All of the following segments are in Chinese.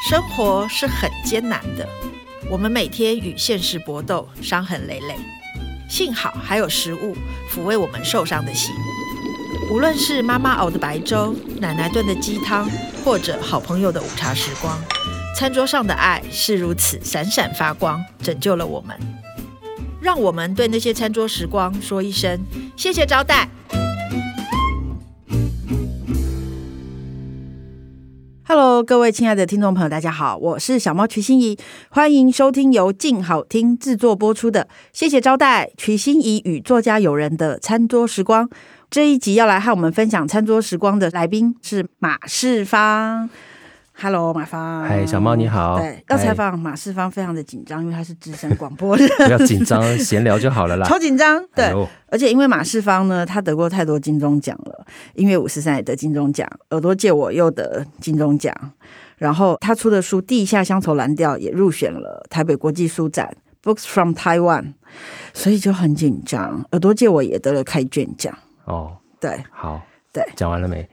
生活是很艰难的，我们每天与现实搏斗，伤痕累累。幸好还有食物抚慰我们受伤的心。无论是妈妈熬的白粥、奶奶炖的鸡汤，或者好朋友的午茶时光，餐桌上的爱是如此闪闪发光，拯救了我们。让我们对那些餐桌时光说一声谢谢招待。Hello， 各位亲爱的听众朋友，大家好，我是小猫瞿欣怡，欢迎收听由静好听制作播出的《谢谢招待：瞿欣怡与作家友人的餐桌时光》。这一集要来和我们分享餐桌时光的来宾是马世芳。Hello， 马芳。 嗨，小猫你好。 对，要采访马世芳非常的紧张，因为他是资深广播人。 不要紧张，闲聊就好了啦。 超紧张，对、而且因为马世芳呢，他得过太多金钟奖了，音乐543也得金钟奖，耳朵借我又得金钟奖，然后他出的书《地下乡愁蓝调》也入选了台北国际书展 Books from Taiwan， 所以就很紧张。耳朵借我也得了开卷奖。哦，对， 好， 对， 讲完了没？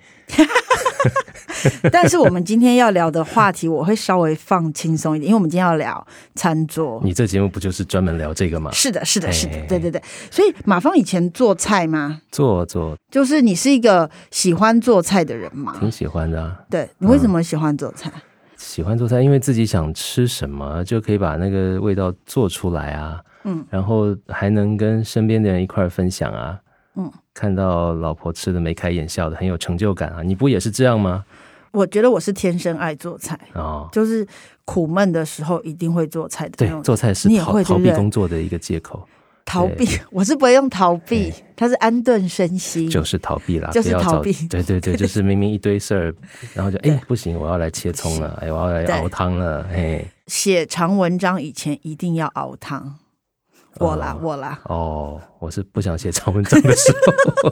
但是我们今天要聊的话题我会稍微放轻松一点，因为我们今天要聊餐桌。 你这节目不就是专门聊这个吗？ 是的，是的，是的，对对对。所以马芳以前做菜吗？ 做， 就是你是一个喜欢做菜的人吗？ 挺喜欢的啊。 对，你为什么喜欢做菜？ 喜欢做菜，因为自己想吃什么就可以把那个味道做出来啊。然后还能跟身边的人一块分享啊。看到老婆吃的眉开眼笑的，很有成就感啊！你不也是这样吗？ 我觉得我是天生爱做菜就是苦闷的时候一定会做菜的。 对，做菜是逃避工作的一个借口。 逃避，我是不会用逃避，它是安顿身心， 就是逃避啦， 就是逃避。 对对对，就是明明一堆事儿，然后就不行，我要来切葱了，我要来熬汤了。 写长文章以前一定要熬汤。我啦我是不想写长文章的时候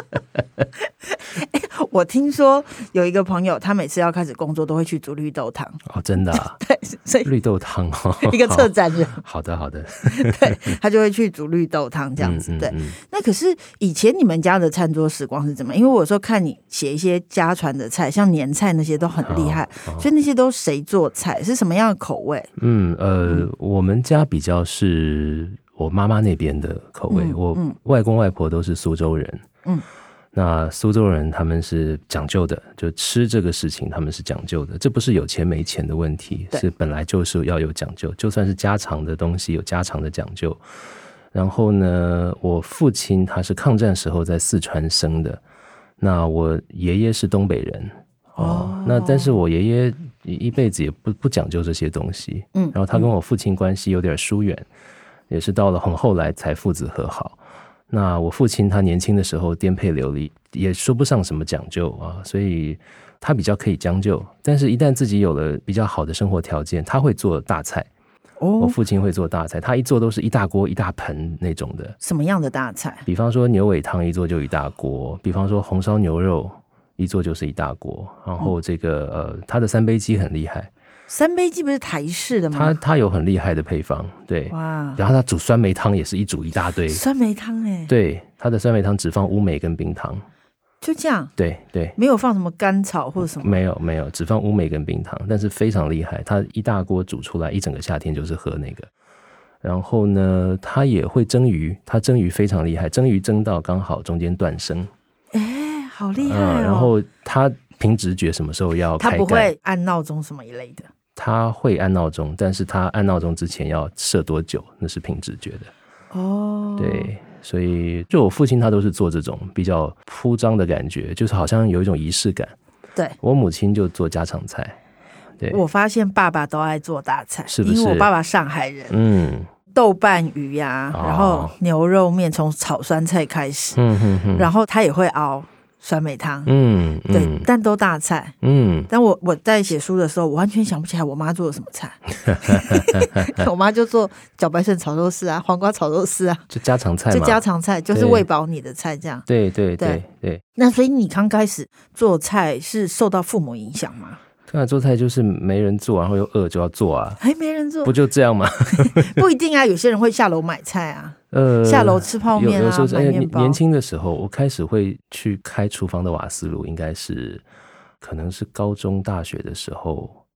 我听说有一个朋友，他每次要开始工作都会去煮绿豆汤。 真的啊？ 对，所以绿豆汤一个策展人。 好的对，他就会去煮绿豆汤这样子。对，那可是以前你们家的餐桌时光是怎么？因为我有时候看你写一些家传的菜，像年菜那些都很厉害，所以那些都谁做菜，是什么样的口味？ 我们家比较是我妈妈那边的口味，我外公外婆都是苏州人。那苏州人他们是讲究的，就吃这个事情他们是讲究的，这不是有钱没钱的问题，是本来就是要有讲究，就算是家常的东西有家常的讲究。然后呢，我父亲他是抗战时候在四川生的，那我爷爷是东北人。那但是我爷爷一辈子也不讲究这些东西。然后他跟我父亲关系有点疏远，也是到了很后来才父子和好。那我父亲他年轻的时候颠沛流离，也说不上什么讲究啊，所以他比较可以将就。但是一旦自己有了比较好的生活条件，他会做大菜。我父亲会做大菜，他一做都是一大锅一大盆那种的。 什么样的大菜？ 比方说牛尾汤一做就一大锅，比方说红烧牛肉一做就是一大锅。然后这个他的三杯鸡很厉害。 三杯鸡不是台式的吗？ 他有很厉害的配方，对。哇！然后他煮酸梅汤也是一煮一大堆。 酸梅汤对，他的酸梅汤只放乌梅跟冰糖。 就这样？ 对， 没有放什么甘草或者什么？ 没有，只放乌梅跟冰糖，但是非常厉害。他一大锅煮出来，一整个夏天就是喝那个。然后呢，他也会蒸鱼，他蒸鱼非常厉害，蒸鱼蒸到刚好中间断生。 好厉害然后他凭直觉什么时候要开盖， 他不会按闹钟什么一类的。 他会按闹钟，但是他按闹钟之前要设多久，那是凭直觉的。对，所以就我父亲他都是做这种比较铺张的感觉，就是好像有一种仪式感。 对， 我母亲就做家常菜。对， 我发现爸爸都爱做大菜， 是不是？ 因为我爸爸上海人。豆瓣鱼呀，然后牛肉面从炒酸菜开始，然后他也会熬酸梅汤，对，但都大菜，但我在写书的时候，我完全想不起来我妈做了什么菜，我妈就做茭白笋炒肉丝啊，黄瓜炒肉丝啊， 就家常菜嘛， 就家常菜，就是喂饱你的菜这样。 对。 那所以你刚开始做菜是受到父母影响吗？ 刚才做菜就是没人做，然后又饿就要做啊， 还没人做， 不就这样吗？ 不一定啊，有些人会下楼买菜啊。下楼吃泡面啊， 有时候买面包。 年轻的时候，我开始会去开厨房的瓦斯炉，应该是可能是高中大学的时候，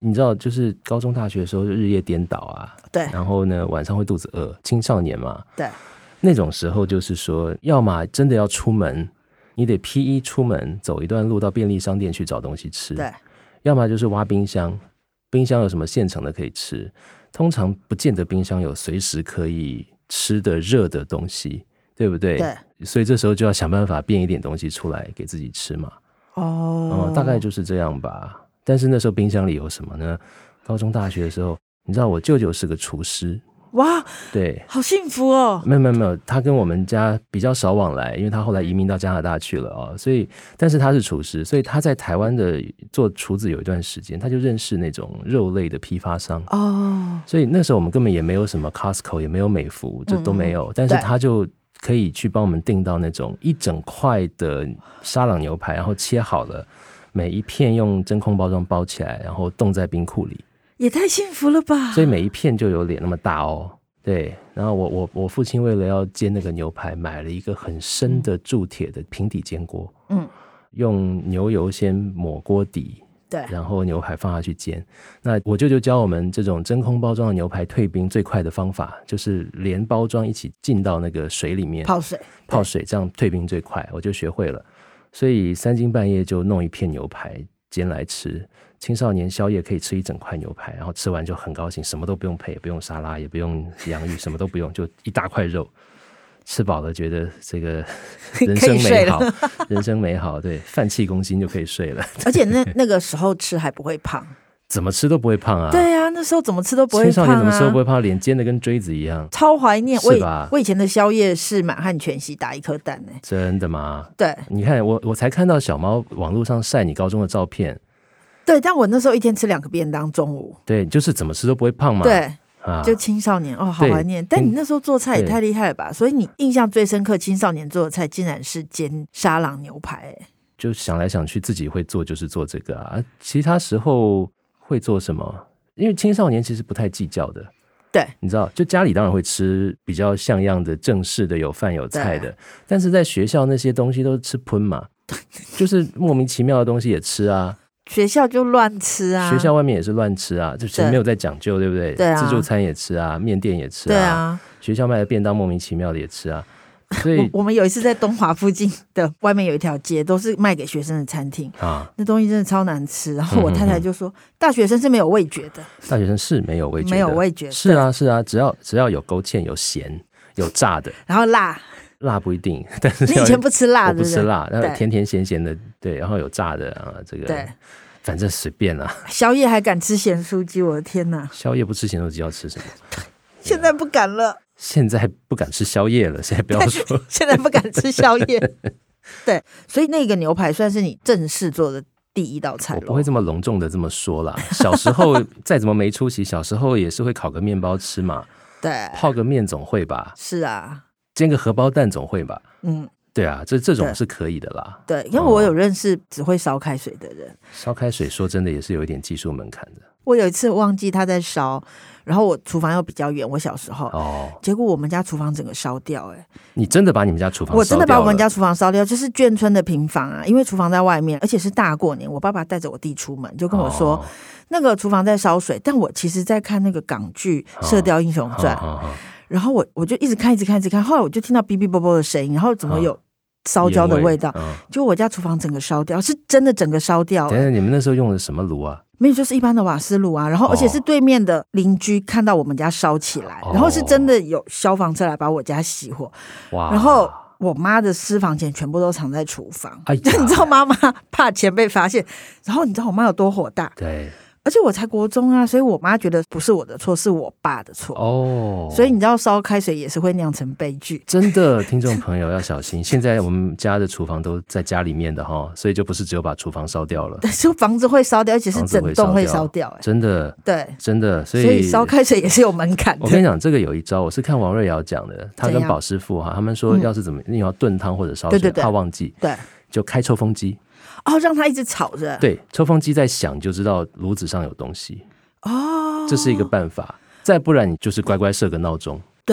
你知道，就是高中大学的时候日夜颠倒啊， 对， 然后呢晚上会肚子饿，青少年嘛， 对， 那种时候就是说，要么真的要出门，你得披衣出门，走一段路到便利商店去找东西吃， 对， 要么就是挖冰箱，冰箱有什么现成的可以吃，通常不见得冰箱有随时可以吃的热的东西，对不对？ 对， 所以这时候就要想办法变一点东西出来给自己吃嘛。大概就是这样吧。但是那时候冰箱里有什么呢？高中大学的时候，你知道我舅舅是个厨师。 哇， 对， 好幸福哦。 没有，他跟我们家比较少往来，因为他后来移民到加拿大去了哦。所以但是他是厨师，所以他在台湾的做厨子有一段时间，他就认识那种肉类的批发商哦。所以那时候我们根本也没有什么 Costco， 也没有美孚，这都没有，但是他就可以去帮我们订到那种一整块的沙朗牛排，然后切好了，每一片用真空包装包起来，然后冻在冰库里。 也太幸福了吧！ 所以每一片就有脸那么大哦。对，然后我父亲为了要煎那个牛排，买了一个很深的铸铁的平底煎锅，用牛油先抹锅底，对，然后牛排放下去煎。那我舅舅教我们这种真空包装的牛排退冰最快的方法，就是连包装一起进到那个水里面泡水，这样退冰最快，我就学会了。所以3更半夜就弄一片牛排煎来吃。青少年宵夜可以吃一整块牛排，然后吃完就很高兴，什么都不用配，也不用沙拉，也不用洋芋，什么都不用，就一大块肉，吃饱了觉得这个人生美好，人生美好，对，饭气攻心就可以睡了。 而且那个时候吃还不会胖， 怎么吃都不会胖啊。 对啊，那时候怎么吃都不会胖啊。 青少年怎么吃都不会胖，脸尖的跟锥子一样， 超怀念。 是吧？ 我以前的宵夜是满汉全席打一颗蛋呢。 真的吗？ 对， 你看我才看到小猫网络上晒你高中的照片。 对，但我那时候一天吃2个便当，中午。 对，就是怎么吃都不会胖嘛。 对，就青少年好怀念。但你那时候做菜也太厉害了吧？所以你印象最深刻青少年做的菜竟然是煎沙朗牛排。 就想来想去自己会做就是做这个啊，其他时候会做什么？因为青少年其实不太计较的。 对， 你知道，就家里当然会吃比较像样的正式的有饭有菜的，但是在学校那些东西都是吃喷嘛，就是莫名其妙的东西也吃啊。 学校就乱吃啊， 学校外面也是乱吃啊，就谁没有在讲究，对不对？ 对啊， 自助餐也吃啊，面店也吃啊， 对啊， 学校卖的便当莫名其妙的也吃啊。所以我们有一次在东华附近的外面有一条街，都是卖给学生的餐厅啊，那东西真的超难吃。然后我太太就说，大学生是没有味觉的， 大学生是没有味觉的， 没有味觉， 是啊是啊，只要有勾芡、有咸、有炸的， 然后辣不一定，但是你以前不吃辣的， 我不吃辣，然后甜甜咸咸的，对，然后有炸的啊，这个对。反正随便啦。 宵夜还敢吃咸酥鸡，我的天哪！ 宵夜不吃咸酥鸡要吃什么？ 现在不敢了。 现在不敢吃宵夜了，现在不要说。 现在不敢吃宵夜。对，所以那个牛排算是你正式做的第一道菜。 我不会这么隆重的这么说啦。小时候再怎么没出息，小时候也是会烤个面包吃嘛。 对， 泡个面总会吧？ 是啊， 煎个荷包蛋总会吧？对啊，这种是可以的啦。 对，因为我有认识只会烧开水的人。 烧开水说真的也是有一点技术门槛的。 我有一次忘记他在烧，然后我厨房又比较远，我小时候结果我们家厨房整个烧掉。 你真的把你们家厨房烧掉了？ 我真的把我们家厨房烧掉，就是眷村的平房啊，因为厨房在外面，而且是大过年，我爸爸带着我弟出门就跟我说，那个厨房在烧水，但我其实在看那个港剧《射雕英雄传》，然后我就一直看，后来我就听到哔哔啵啵的声音，然后怎么有烧焦的味道，就我家厨房整个烧掉，是真的整个烧掉。 等一下，你们那时候用的什么炉啊？ 没有，就是一般的瓦斯炉啊。然后而且是对面的邻居看到我们家烧起来，然后是真的有消防车来把我家熄火。然后我妈的私房钱全部都藏在厨房，你知道妈妈怕钱被发现，然后你知道我妈有多火大？ 对。 而且我才国中啊，所以我妈觉得不是我的错，是我爸的错。所以你知道烧开水也是会酿成悲剧。 真的，听众朋友要小心。现在我们家的厨房都在家里面的哈，所以就不是只有把厨房烧掉了， 就房子会烧掉，而且是整栋会烧掉。 真的， 对， 真的。所以烧开水也是有门槛的。 我跟你讲，这个有一招，我是看王瑞瑶讲的，他跟宝师傅他们说，要是怎么你要炖汤或者烧水，怕忘记，对，就开抽风机。 让它一直炒着。 对，抽风机在响就知道炉子上有东西。这是一个办法。再不然你就是乖乖设个闹钟。 对，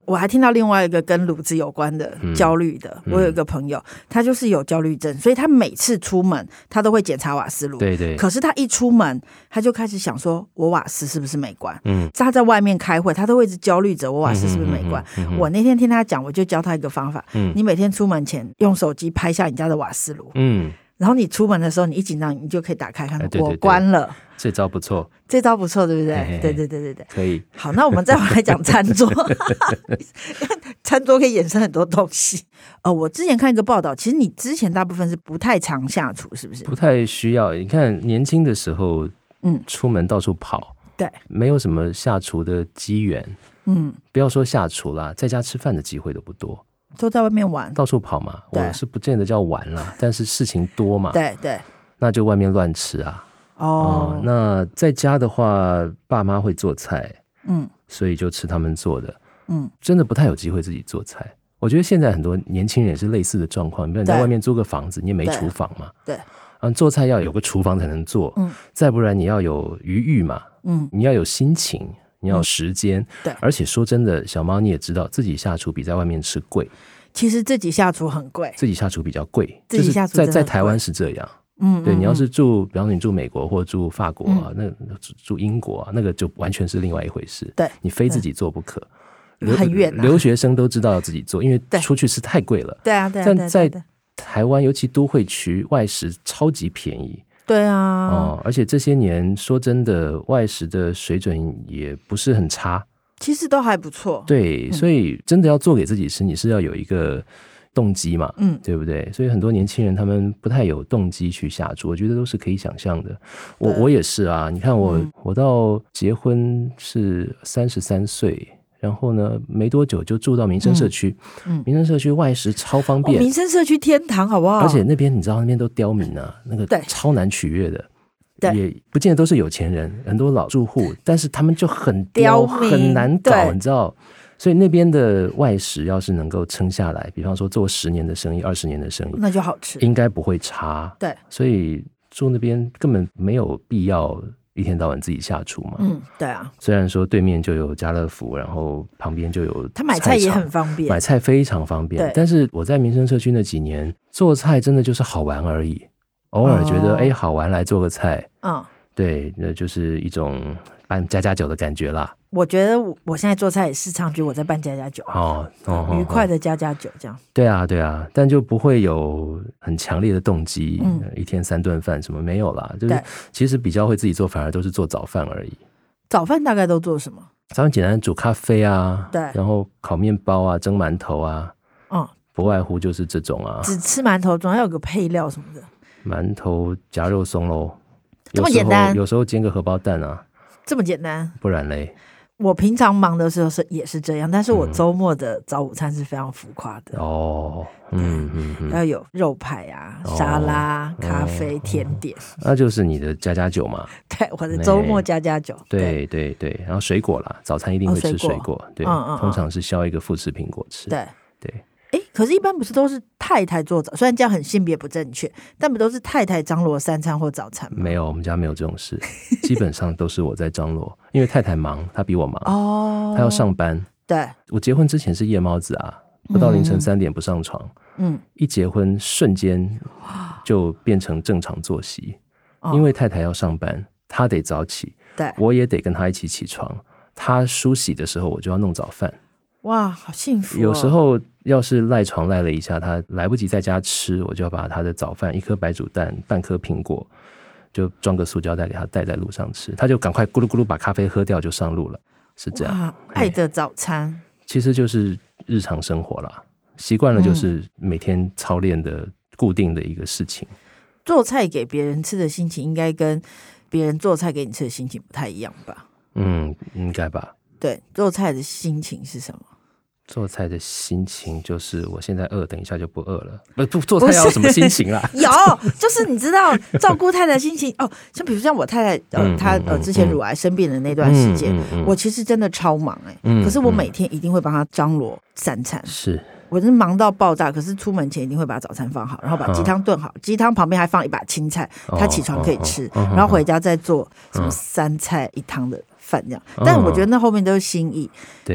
我还听到另外一个跟炉子有关的焦虑的，我有一个朋友，他就是有焦虑症，所以他每次出门他都会检查瓦斯炉。 对对。 可是他一出门，他就开始想说，我瓦斯是不是没关？他在外面开会，他都会一直焦虑着我瓦斯是不是没关。我那天听他讲，我就教他一个方法，你每天出门前用手机拍下你家的瓦斯炉。然后你出门的时候，你一紧张，你就可以打开看，我关了。 这招不错， 这招不错，对不对？对， 可以。 好，那我们再回来讲餐桌，餐桌可以衍生很多东西。我之前看一个报道，其实你之前大部分是不太常下厨，是不是？ 不太需要。你看年轻的时候，出门到处跑， 对， 没有什么下厨的机缘。不要说下厨啦，在家吃饭的机会都不多。 都在外面玩， 到处跑嘛。我是不见得叫玩啦，但是事情多嘛。 对， 那就外面乱吃啊。那在家的话，爸妈会做菜，所以就吃他们做的。真的不太有机会自己做菜。我觉得现在很多年轻人也是类似的状况，比如你在外面租个房子，你也没厨房嘛。 对。 做菜要有个厨房才能做。再不然你要有余裕嘛。你要有心情。你要有时间。 对。 而且说真的，小猫你也知道，自己下厨比在外面吃贵。 其实自己下厨很贵， 自己下厨比较贵， 自己下厨就是在台湾是这样。对，你要是住，比方说你住美国或住法国啊，那住英国啊，那个就完全是另外一回事。 对， 你非自己做不可。 很远啊。 留学生都知道要自己做，因为出去吃太贵了。 对啊。 但在台湾，尤其都会区，外食超级便宜。 对啊。 而且这些年说真的，外食的水准也不是很差。 其实都还不错。 对，所以真的要做给自己吃，你是要有一个动机嘛，对不对？所以很多年轻人他们不太有动机去下厨，我觉得都是可以想象的。我也是啊，你看我到结婚是33岁，然后呢没多久就住到民生社区。民生社区外食超方便。 民生社区天堂好不好？ 而且那边你知道那边都刁民啊，那个超难取悦的。也不见得都是有钱人，很多老住户，但是他们就很刁，很难搞，你知道。所以那边的外食要是能够撑下来，比方说做10年的生意、20年的生意， 那就好吃， 应该不会差。 对， 所以住那边根本没有必要一天到晚自己下厨嘛。 对啊。 虽然说对面就有家乐福，然后旁边就有他买菜也很方便， 买菜非常方便。但是我在民生社区那几年做菜真的就是好玩而已。偶尔觉得好玩来做个菜，对，那就是一种办家家酒的感觉啦。 我觉得我现在做菜也是常觉得我在办家家酒，愉快的家家酒这样。 对啊，但就不会有很强烈的动机，一天3顿饭什么没有啦。就是其实比较会自己做，反而都是做早饭而已。 早饭大概都做什么？ 早上简单煮咖啡啊， 对， 然后烤面包啊，蒸馒头啊，不外乎就是这种啊。 只吃馒头，总要有个配料什么的。 馒头夹肉松咯， 这么简单。 有时候煎个荷包蛋啊， 这么简单。 不然嘞？ 我平常忙的时候也是这样，但是我周末的早午餐是非常浮夸的。要有肉排啊、沙拉、咖啡、甜点， 那就是你的家家酒嘛。 对，我的周末家家酒。 对，然后水果啦，早餐一定会吃水果。对，通常是削一个副食苹果吃。 对。可是一般不是都是太太做早，虽然这样很性别不正确，但不都是太太张罗3餐或早餐吗？ 没有，我们家没有这种事，基本上都是我在张罗，因为太太忙，她比我忙。她要上班。 对， 我结婚之前是夜猫子啊，不到凌晨3点不上床。一结婚瞬间就变成正常作息，因为太太要上班，她得早起， 对， 我也得跟她一起起床。她梳洗的时候，我就要弄早饭。 哇，好幸福。 有时候要是赖床赖了一下，他来不及在家吃，我就要把他的早饭1颗白煮蛋、半颗苹果，就装个塑胶袋给他带在路上吃，他就赶快咕噜咕噜把咖啡喝掉就上路了，是这样。 爱的早餐其实就是日常生活啦，习惯了就是每天操练的固定的一个事情。 做菜给别人吃的心情应该跟别人做菜给你吃的心情不太一样吧？ 应该吧。对， 做菜的心情是什么？ 做菜的心情就是我现在饿，等一下就不饿了。不做菜要有什么心情啦？ 有，就是你知道照顾太太心情像比如像我太太她之前乳癌生病的那段时间，我其实真的超忙可是我每天一定会帮她张罗3餐。是。我是忙到爆炸，可是出门前一定会把早餐放好，然后把鸡汤炖好，鸡汤旁边还放一把青菜，她起床可以吃，然后回家再做什么3菜1汤的饭这样。但我觉得那后面都是心意。 对。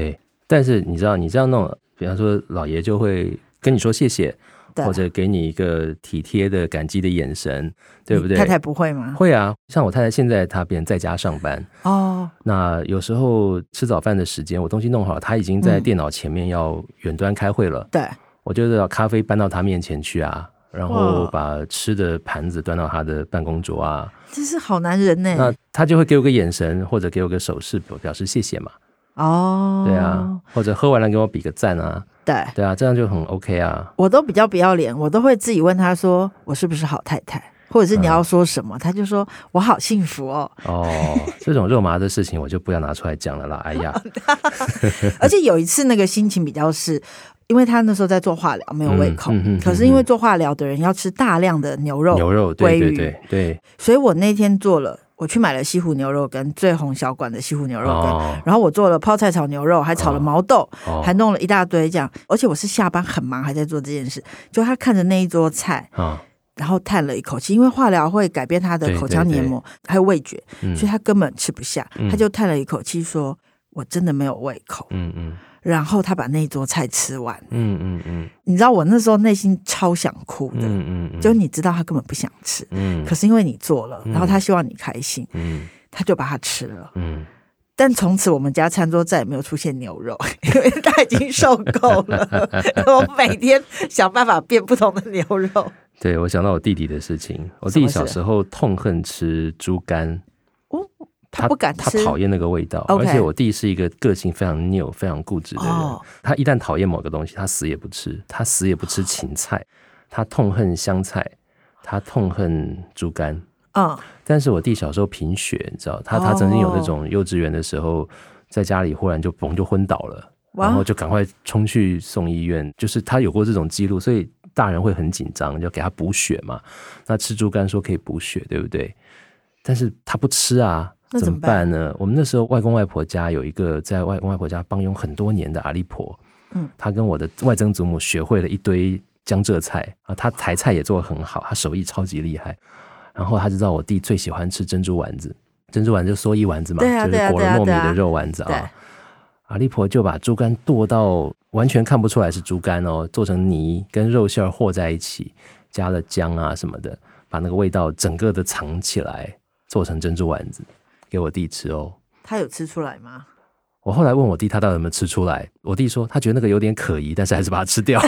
但是你知道，你这样弄，比方说老爷就会跟你说谢谢，或者给你一个体贴的感激的眼神，对不对？ 太太不会吗？ 会啊，像我太太现在她变在家上班哦，那有时候吃早饭的时间，我东西弄好了，她已经在电脑前面要远端开会了， 对， 我就要咖啡搬到她面前去啊，然后把吃的盘子端到她的办公桌啊， 这是好男人呢。 那她就会给我个眼神，或者给我个手势表示谢谢嘛。哦，对啊，或者喝完了给我比个赞啊，对啊，这样就很 OK 啊。 我都比较不要脸，我都会自己问他说我是不是好太太，或者是你要说什么，他就说我好幸福哦。哦， 这种肉麻的事情我就不要拿出来讲了啦。哎呀， 而且有一次那个心情比较是，因为他那时候在做化疗，没有胃口，可是因为做化疗的人要吃大量的牛肉、 对对对对， 所以我那天做了。我去买了西湖牛肉羹，最红小馆的西湖牛肉羹，然后我做了泡菜炒牛肉，还炒了毛豆，还弄了一大堆这样。而且我是下班很忙，还在做这件事。就他看着那一桌菜，然后叹了一口气，因为化疗会改变他的口腔黏膜，还有味觉，所以他根本吃不下。他就叹了一口气说：“我真的没有胃口。”然后他把那一桌菜吃完。你知道我那时候内心超想哭的。就你知道他根本不想吃。可是因为你做了，然后他希望你开心。他就把它吃了。但从此我们家餐桌再也没有出现牛肉，因为他已经受够了。我每天想办法变不同的牛肉。 对，我想到我弟弟的事情。我弟弟小时候痛恨吃猪肝。 他不敢吃， 他讨厌那个味道。而且我弟是一个个性非常拗、非常固执的人。他一旦讨厌某个东西，他死也不吃。他死也不吃芹菜，他痛恨香菜，他痛恨猪肝。但是我弟小时候贫血，你知道，他曾经有那种幼稚园的时候，在家里忽然就昏倒了，然后就赶快冲去送医院。就是他有过这种记录，所以大人会很紧张，就给他补血嘛。那吃猪肝说可以补血，对不对？但是他不吃啊。怎么办呢？我们那时候外公外婆家有一个在外公外婆家帮佣很多年的阿里婆，她跟我的外曾祖母学会了一堆江浙菜啊，她台菜也做得很好，她手艺超级厉害。然后她知道我弟最喜欢吃珍珠丸子，珍珠丸就蓑衣丸子嘛，就是裹了糯米的肉丸子啊。阿里婆就把猪肝剁到完全看不出来是猪肝哦，做成泥跟肉馅和在一起，加了姜啊什么的，把那个味道整个的藏起来，做成珍珠丸子。给我弟吃哦， 他有吃出来吗？ 我后来问我弟，他到底有没有吃出来？我弟说他觉得那个有点可疑，但是还是把它吃掉了。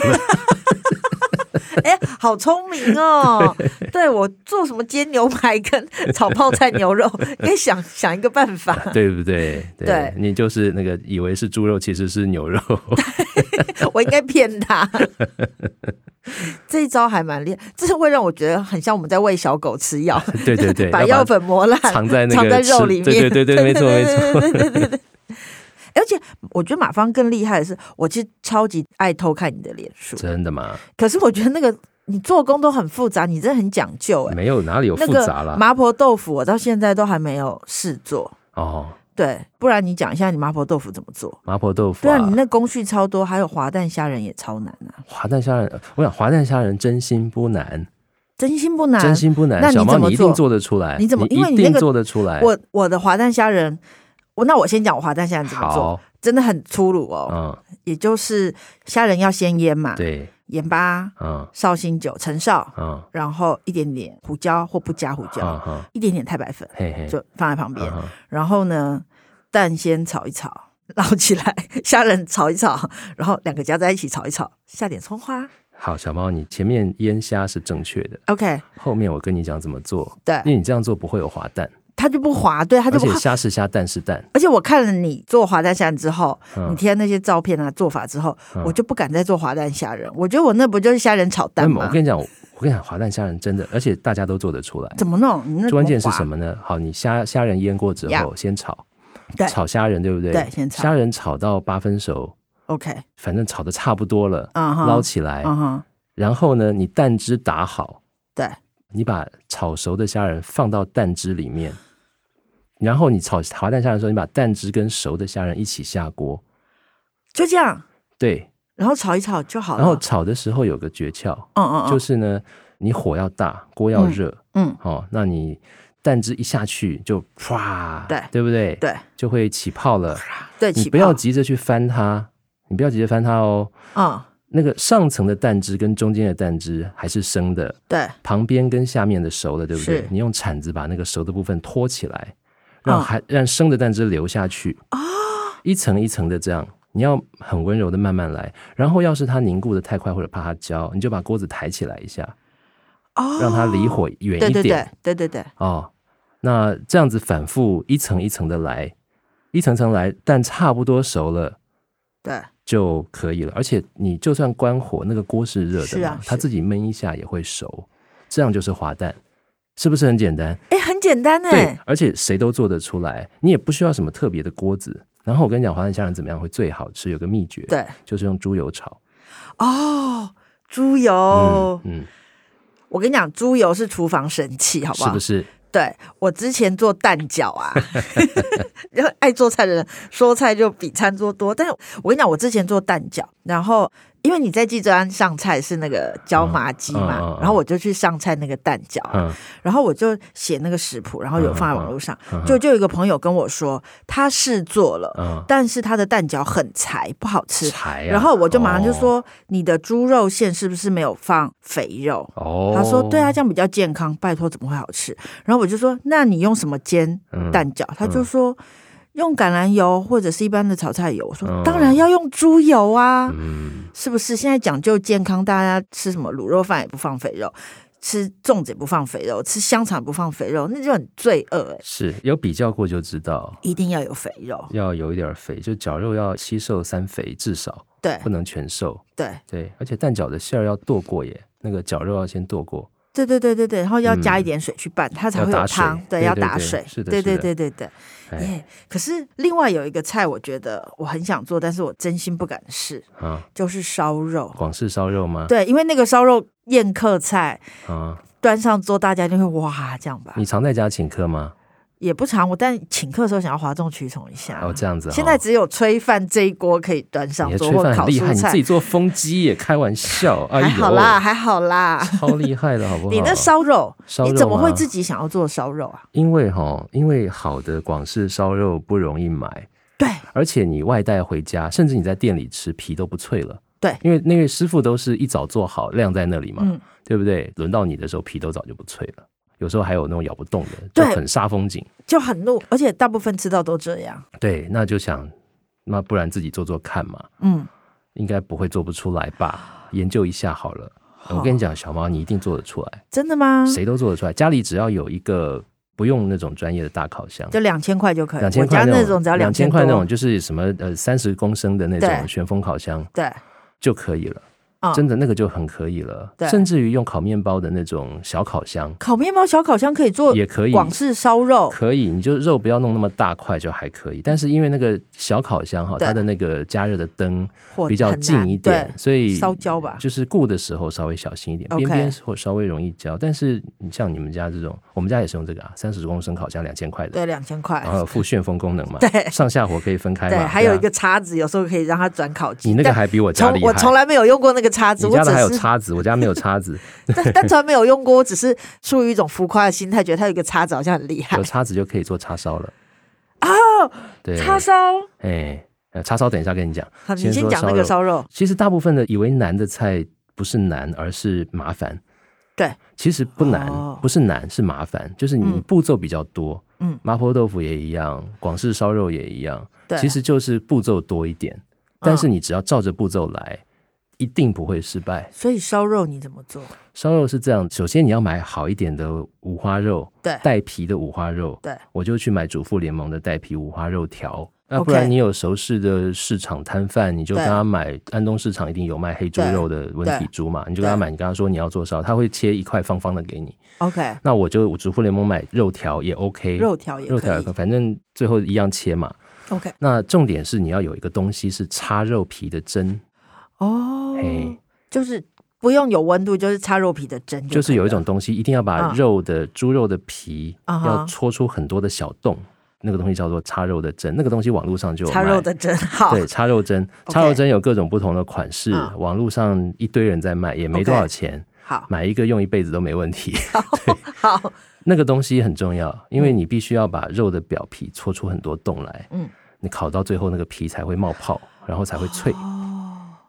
好聪明哦！对，我做什么煎牛排跟炒泡菜牛肉，应该想一个办法， 对不对？对，你就是那个以为是猪肉，其实是牛肉。 我应该骗他。这一招还蛮厉害，这是会让我觉得很像我们在喂小狗吃药。 对对对， 把药粉磨烂， 藏在肉里面。 对，没错没错。 而且我觉得马芳更厉害的是，我其实超级爱偷看你的脸书。 真的吗？ 可是我觉得那个你做工都很复杂，你真的很讲究。 没有，哪里有复杂啦？ 麻婆豆腐我到现在都还没有试做哦。对，不然你讲一下你麻婆豆腐怎么做？ 麻婆豆腐对啊，你那工序超多，还有滑蛋虾仁也超难啊。 滑蛋虾仁，我想滑蛋虾仁真心不难。 真心不难， 真心不难。 那你怎么做？ 小猫你一定做得出来。 你怎么？因为你一定做得出来。 我的滑蛋虾仁，那我先讲我滑蛋虾仁怎么做，真的很粗鲁哦。也就是虾仁要先腌嘛， 对， 盐巴、绍兴酒、陈绍，然后一点点胡椒或不加胡椒，一点点太白粉，就放在旁边。然后呢，蛋先炒一炒，捞起来，虾仁炒一炒，然后两个加在一起炒一炒，下点葱花。 好，小猫，你前面腌虾是正确的 ，OK。 后面我跟你讲怎么做， 对， 因为你这样做不会有滑蛋， 它就不滑，对，它就不滑。 而且虾是虾，蛋是蛋。 而且我看了你做滑蛋虾仁之后，你贴那些照片啊、做法之后，我就不敢再做滑蛋虾仁。我觉得我那不就是虾仁炒蛋吗？ 我跟你讲，滑蛋虾仁真的，而且大家都做得出来。 怎么弄？ 关键是什么呢？好，你虾仁腌过之后，先炒，炒虾仁，对不对？ 对，先炒。 虾仁炒到8分熟 ，OK， 反正炒的差不多了，捞起来。然后呢，你蛋汁打好， 对， 你把炒熟的虾仁放到蛋汁里面，然后你炒滑蛋虾仁的时候，你把蛋汁跟熟的虾仁一起下锅， 就这样。 对， 然后炒一炒就好了。 然后炒的时候有个诀窍，就是呢，你火要大，锅要热，那你蛋汁一下去就唰，对不对？ 对， 就会起泡了。 对， 你不要急着去翻它。 你不要直接翻它哦。那个上层的蛋汁跟中间的蛋汁还是生的， 对， 旁边跟下面的熟了，对不对？你用铲子把那个熟的部分托起来，让生的蛋汁流下去，一层一层的这样，你要很温柔的慢慢来。然后要是它凝固的太快或者怕它焦，你就把锅子抬起来一下，让它离火远一点。 对。 那这样子反复一层一层的来，一层层来，蛋差不多熟了， 对， 就可以了。而且你就算关火，那个锅是热的嘛，它自己焖一下也会熟，这样就是滑蛋，是不是很简单？ 很简单对，而且谁都做得出来，你也不需要什么特别的锅子。然后我跟你讲，滑蛋虾仁怎么样会最好吃，有个秘诀， 对， 就是用猪油炒。 猪油，我跟你讲，猪油是厨房神器，好不好？ 是不是？ 对，我之前做蛋饺啊，然后爱做菜的人说菜就比餐桌多。但是我跟你讲，我之前做蛋饺，然后因为你在记者安上菜是那个椒麻鸡嘛，然后我就去上菜那个蛋饺，然后我就写那个食谱，然后有放在网络上，就有一个朋友跟我说他试做了，但是他的蛋饺很柴，不好吃。然后我就马上就说，你的猪肉馅是不是没有放肥肉？他说对啊，这样比较健康。拜托，怎么会好吃？然后我就说，那你用什么煎蛋饺？他就说用橄榄油或者是一般的炒菜油。我说当然要用猪油啊，是不是？现在讲究健康，大家吃什么卤肉饭也不放肥肉，吃粽子也不放肥肉，吃香肠也不放肥肉，那就很罪恶。 是有比较过就知道， 一定要有肥肉， 要有一点肥，就绞肉要7瘦3肥至少， 对， 不能全瘦。 对， 而且蛋饺的馅儿要剁过耶，那个绞肉要先剁过。 对，然后要加一点水去拌，它才会有汤。对，要打水。 是的， 对。可是另外有一个菜，我觉得我很想做，但是我真心不敢试，就是烧肉。 广式烧肉吗？ 对，因为那个烧肉宴客菜，端上桌大家就会哇这样吧。 你常在家请客吗？ 也不常，但请客的时候想要哗众取宠一下。 这样子。 现在只有炊饭这一锅可以端上桌，或烤蔬菜。 你自己做风鸡也开玩笑， 还好啦， 超厉害的好不好？ 你那烧肉，你怎么会自己想要做烧肉啊？ 因为好的广式烧肉不容易买， 对， 而且你外带回家，甚至你在店里吃皮都不脆了， 对， 因为那个师傅都是一早做好晾在那里嘛，对不对？轮到你的时候皮都早就不脆了。有时候还有那种咬不动的，就很煞风景， 就很怒，而且大部分吃到都这样。 对，那就想，那不然自己做做看嘛。应该不会做不出来吧？研究一下好了。我跟你讲，小猫，你一定做得出来。 真的吗？ 谁都做得出来。家里只要有一个不用那种专业的大烤箱， 就2000块就可以。 我家那种只要 2000块那种，就是什么30公升的那种旋风烤箱， 对， 就可以了。真的那个就很可以了，甚至于用烤面包的那种小烤箱， 烤面包小烤箱可以做， 也可以广式烧肉， 可以，你就肉不要弄那么大块就还可以。但是因为那个小烤箱它的那个加热的灯比较近一点，所以烧焦吧， 就是顾的时候稍微小心一点，边边或稍微容易焦。但是你像你们家这种，我们家也是用这个30公升烤箱2000块的， 对，2000块， 然后有附旋风功能嘛， 对， 上下火可以分开嘛， 对，还有一个叉子，有时候可以让它转烤机。 你那个还比我家厉害， 我从来没有用过那个叉子， 你家的还有叉子，我家没有叉子， 但从来没有用过，我只是出于一种浮夸的心态，觉得它有一个叉子好像很厉害。 有叉子就可以做叉烧了对， 叉烧， 叉烧等一下跟你讲。 好，你先讲那个烧肉。 其实大部分的以为难的菜不是难，而是麻烦。 对， 其实不难，不是难，是麻烦，就是你步骤比较多。麻婆豆腐也一样，广式烧肉也一样，其实就是步骤多一点，但是你只要照着步骤来。一定不会失败。 所以烧肉你怎么做？ 烧肉是这样，首先你要买好一点的五花肉， 对， 带皮的五花肉， 对， 我就去买主妇联盟的带皮五花肉条。那不然你有熟识的市场摊贩，你就跟他买，安东市场一定有卖黑猪肉的温体猪嘛，你就跟他买，你跟他说你要做烧，他会切一块方方的给你。 OK， 那我就主妇联盟买肉条也 OK， 肉条也可以， 反正最后一样切嘛。 OK， 那重点是你要有一个东西是插肉皮的针。 就是不用有温度，就是插肉皮的针就是有一种东西一定要把猪肉的皮要戳出很多的小洞，那个东西叫做插肉的针。那个东西网络上就有卖， 插肉的针。好， 对，插肉针，插肉针有各种不同的款式，网络上一堆人在卖，也没多少钱。 好， 买一个用一辈子都没问题。 好， 那个东西很重要，因为你必须要把肉的表皮戳出很多洞来。你烤到最后那个皮才会冒泡，然后才会脆。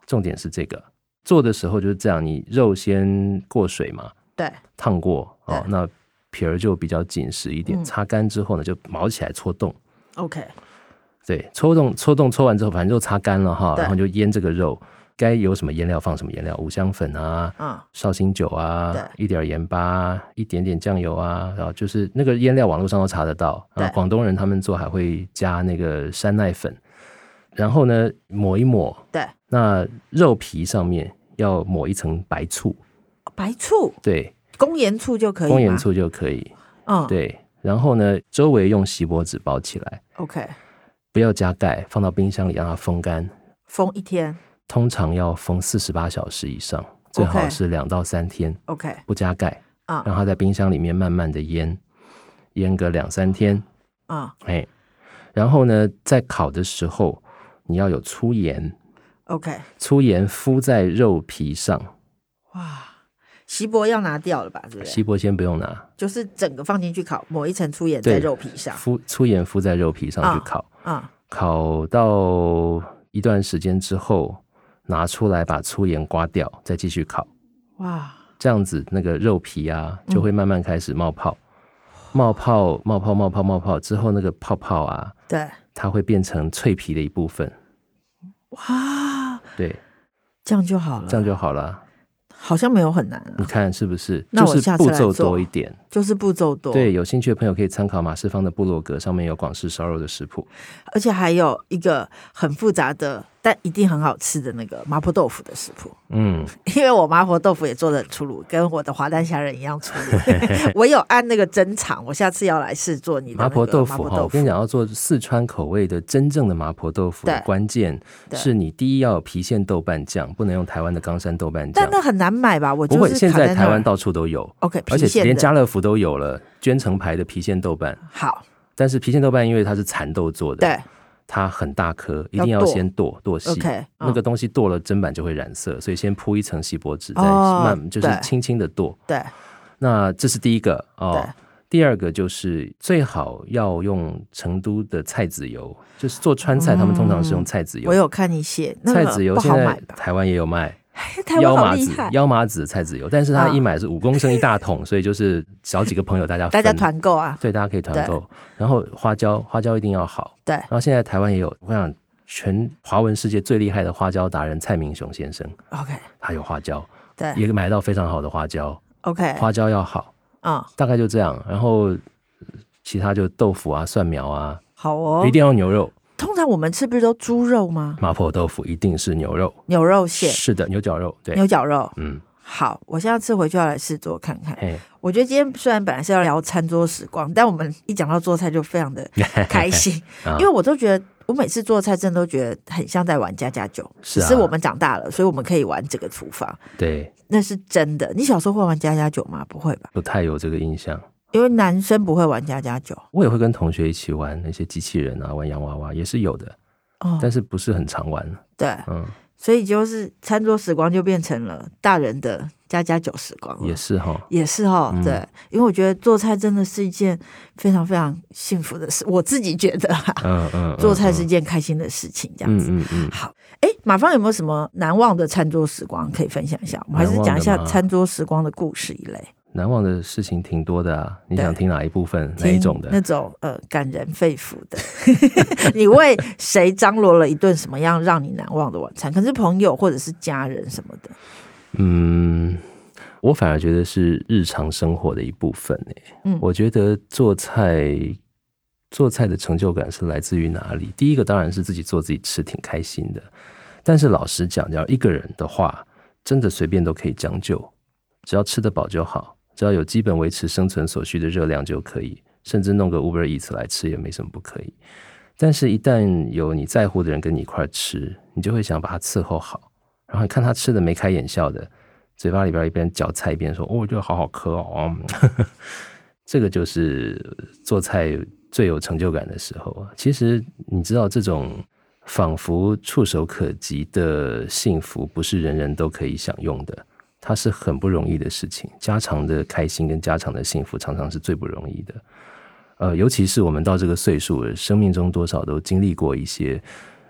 重点是这个做的时候就是这样，你肉先过水嘛， 对， 烫过那皮儿就比较紧实一点，擦干之后呢就毛起来搓动 OK， 对，搓完之后反正就擦干了哈，然后就腌这个肉，该有什么腌料放什么盐料，五香粉啊，绍兴酒啊，一点盐巴，一点点酱油啊，然后就是那个腌料网络上都查得到，然后广东人他们做还会加那个山奈粉，然后呢抹一抹， 对， 那肉皮上面要抹一层白醋， 白醋， 对， 公盐醋就可以吗？ 公盐醋就可以，对，然后呢周围用锡箔纸包起来 OK， 不要加盖，放到冰箱里让它风干， 风1天， 通常要封48小时以上，最好是2到3天 OK， 不加盖让它在冰箱里面慢慢的腌个2-3天然后呢在烤的时候你要有粗盐 OK， 粗盐敷在肉皮上， 哇，锡箔要拿掉了吧，对不对？ 锡箔先不用拿， 就是整个放进去烤，抹一层粗盐在肉皮上， 粗盐敷在肉皮上去烤烤到一段时间之后拿出来把粗盐刮掉再继续烤，哇，这样子那个肉皮啊就会慢慢开始冒泡，冒泡之后那个泡泡啊，对，它会变成脆皮的一部分，哇，对，这样就好了，好像没有很难你看是不是？就是步骤多一点，就是步骤多。对，有兴趣的朋友可以参考马世芳的部落格，上面有广式烧肉的食谱，而且还有一个很复杂的但一定很好吃的那个麻婆豆腐的食谱。因为我麻婆豆腐也做得很粗鲁，跟我的滑蛋虾仁一样粗鲁我有按那个针长，我下次要来试做你的麻婆豆腐我跟你讲，要做四川口味的真正的麻婆豆腐的关键是你第一要有郫县豆瓣酱，不能用台湾的冈山豆瓣酱，但那很难买吧？我就是不会，现在台湾到处都有 OK， 而且连家乐福都有了捐成牌的郫县豆瓣。好，但是郫县豆瓣因为它是蚕豆做的，对，它很大颗，一定要先剁细那个东西剁了砧板就会染色，所以先铺一层锡箔纸，再就是轻轻的剁。对，那这是第一个第二个就是最好要用成都的菜籽油，就是做川菜他们通常是用菜籽油。我有看你写菜籽油，现在台湾也有卖。腰麻籽菜籽油，但是它一买是5公升一大桶所以就是找几个朋友大家团购啊，对，大家可以团购。然后花椒一定要好，对。然后现在台湾也有，我想全华文世界最厉害的花椒达人蔡明雄先生 OK， 他有花椒，对，也买到非常好的花椒 OK， 花椒要好大概就这样。然后其他就豆腐啊蒜苗啊，好哦，一定要牛肉。通常我们吃不是都猪肉吗？麻婆豆腐一定是牛肉馅，是的，牛绞肉，对，牛绞肉。好，我下次回去要来试做看看。我觉得今天虽然本来是要聊餐桌时光，但我们一讲到做菜就非常的开心因为我都觉得我每次做菜真的都觉得很像在玩家家酒，只是我们长大了，所以我们可以玩这个厨房。对，那是真的。你小时候会玩家家酒吗？不会吧？不太有这个印象，因为男生不会玩家家酒。我也会跟同学一起玩那些机器人啊，玩洋娃娃也是有的但是不是很常玩。对，所以就是餐桌时光就变成了大人的家家酒时光了。也是对，因为我觉得做菜真的是一件非常非常幸福的事，我自己觉得做菜是一件开心的事情，这样子。好，马芳有没有什么难忘的餐桌时光可以分享一下？我们还是讲一下餐桌时光的故事一类。难忘的事情挺多的啊，你想听哪一部分？哪一种的？那种感人肺腑的。你为谁张罗了一顿什么样让你难忘的晚餐？可是朋友或者是家人什么的。我反而觉得是日常生活的一部分我觉得做菜的成就感是来自于哪里？第一个当然是自己做自己吃挺开心的，但是老实讲，要一个人的话，真的随便都可以将就，只要吃得饱就好。只要有基本维持生存所需的热量就可以，甚至弄个 Uber Eats 来吃也没什么不可以。但是一旦有你在乎的人跟你一块吃，你就会想把他伺候好，然后你看他吃的眉开眼笑的，嘴巴里边一边嚼菜一边说我觉得好好喝这个就是做菜最有成就感的时候。其实你知道，这种仿佛触手可及的幸福不是人人都可以享用的，它是很不容易的事情。家常的开心跟家常的幸福常常是最不容易的。尤其是我们到这个岁数了，生命中多少都经历过一些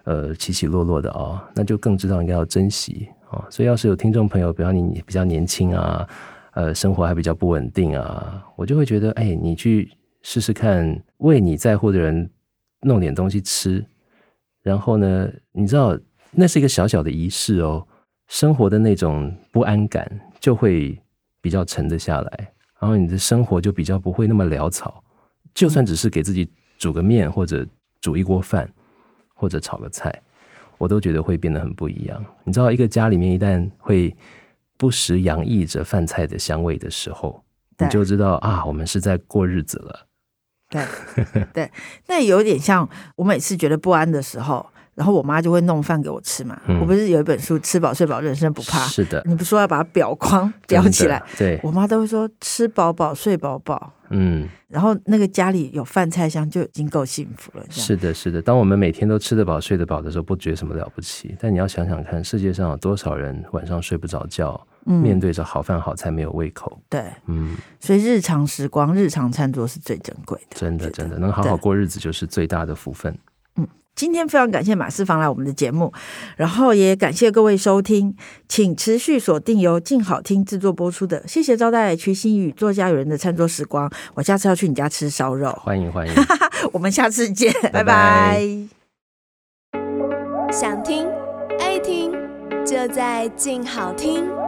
起起落落的啊，那就更知道应该要珍惜啊。所以要是有听众朋友，比方你比较年轻啊，生活还比较不稳定啊，我就会觉得，你去试试看，为你在乎的人弄点东西吃，然后呢，你知道那是一个小小的仪式哦，生活的那种不安感就会比较沉得下来，然后你的生活就比较不会那么潦草，就算只是给自己煮个面或者煮一锅饭或者炒个菜，我都觉得会变得很不一样。你知道一个家里面一旦会不时洋溢着饭菜的香味的时候，你就知道啊，我们是在过日子了。 对对，那有点像我每次觉得不安的时候，然后我妈就会弄饭给我吃嘛。我不是有一本书《吃饱睡饱人生不怕》？是的，你不说要把它裱框裱起来？ 对， 我妈都会说吃饱饱睡饱饱。然后那个家里有饭菜香就已经够幸福了。 是的，是的。当我们每天都吃得饱睡得饱的时候，不觉得什么了不起。但你要想想看，世界上有多少人晚上睡不着觉，面对着好饭好菜没有胃口。 对，所以日常时光、日常餐桌是最珍贵的。 真的，真的，能好好过日子就是最大的福分。 今天非常感谢马世芳来我们的节目，然后也感谢各位收听，请持续锁定由静好听制作播出的谢谢招待瞿欣宇作家有人的餐桌时光，我下次要去你家吃烧肉， 欢迎欢迎我们下次见，拜拜。 想听爱听就在静好听。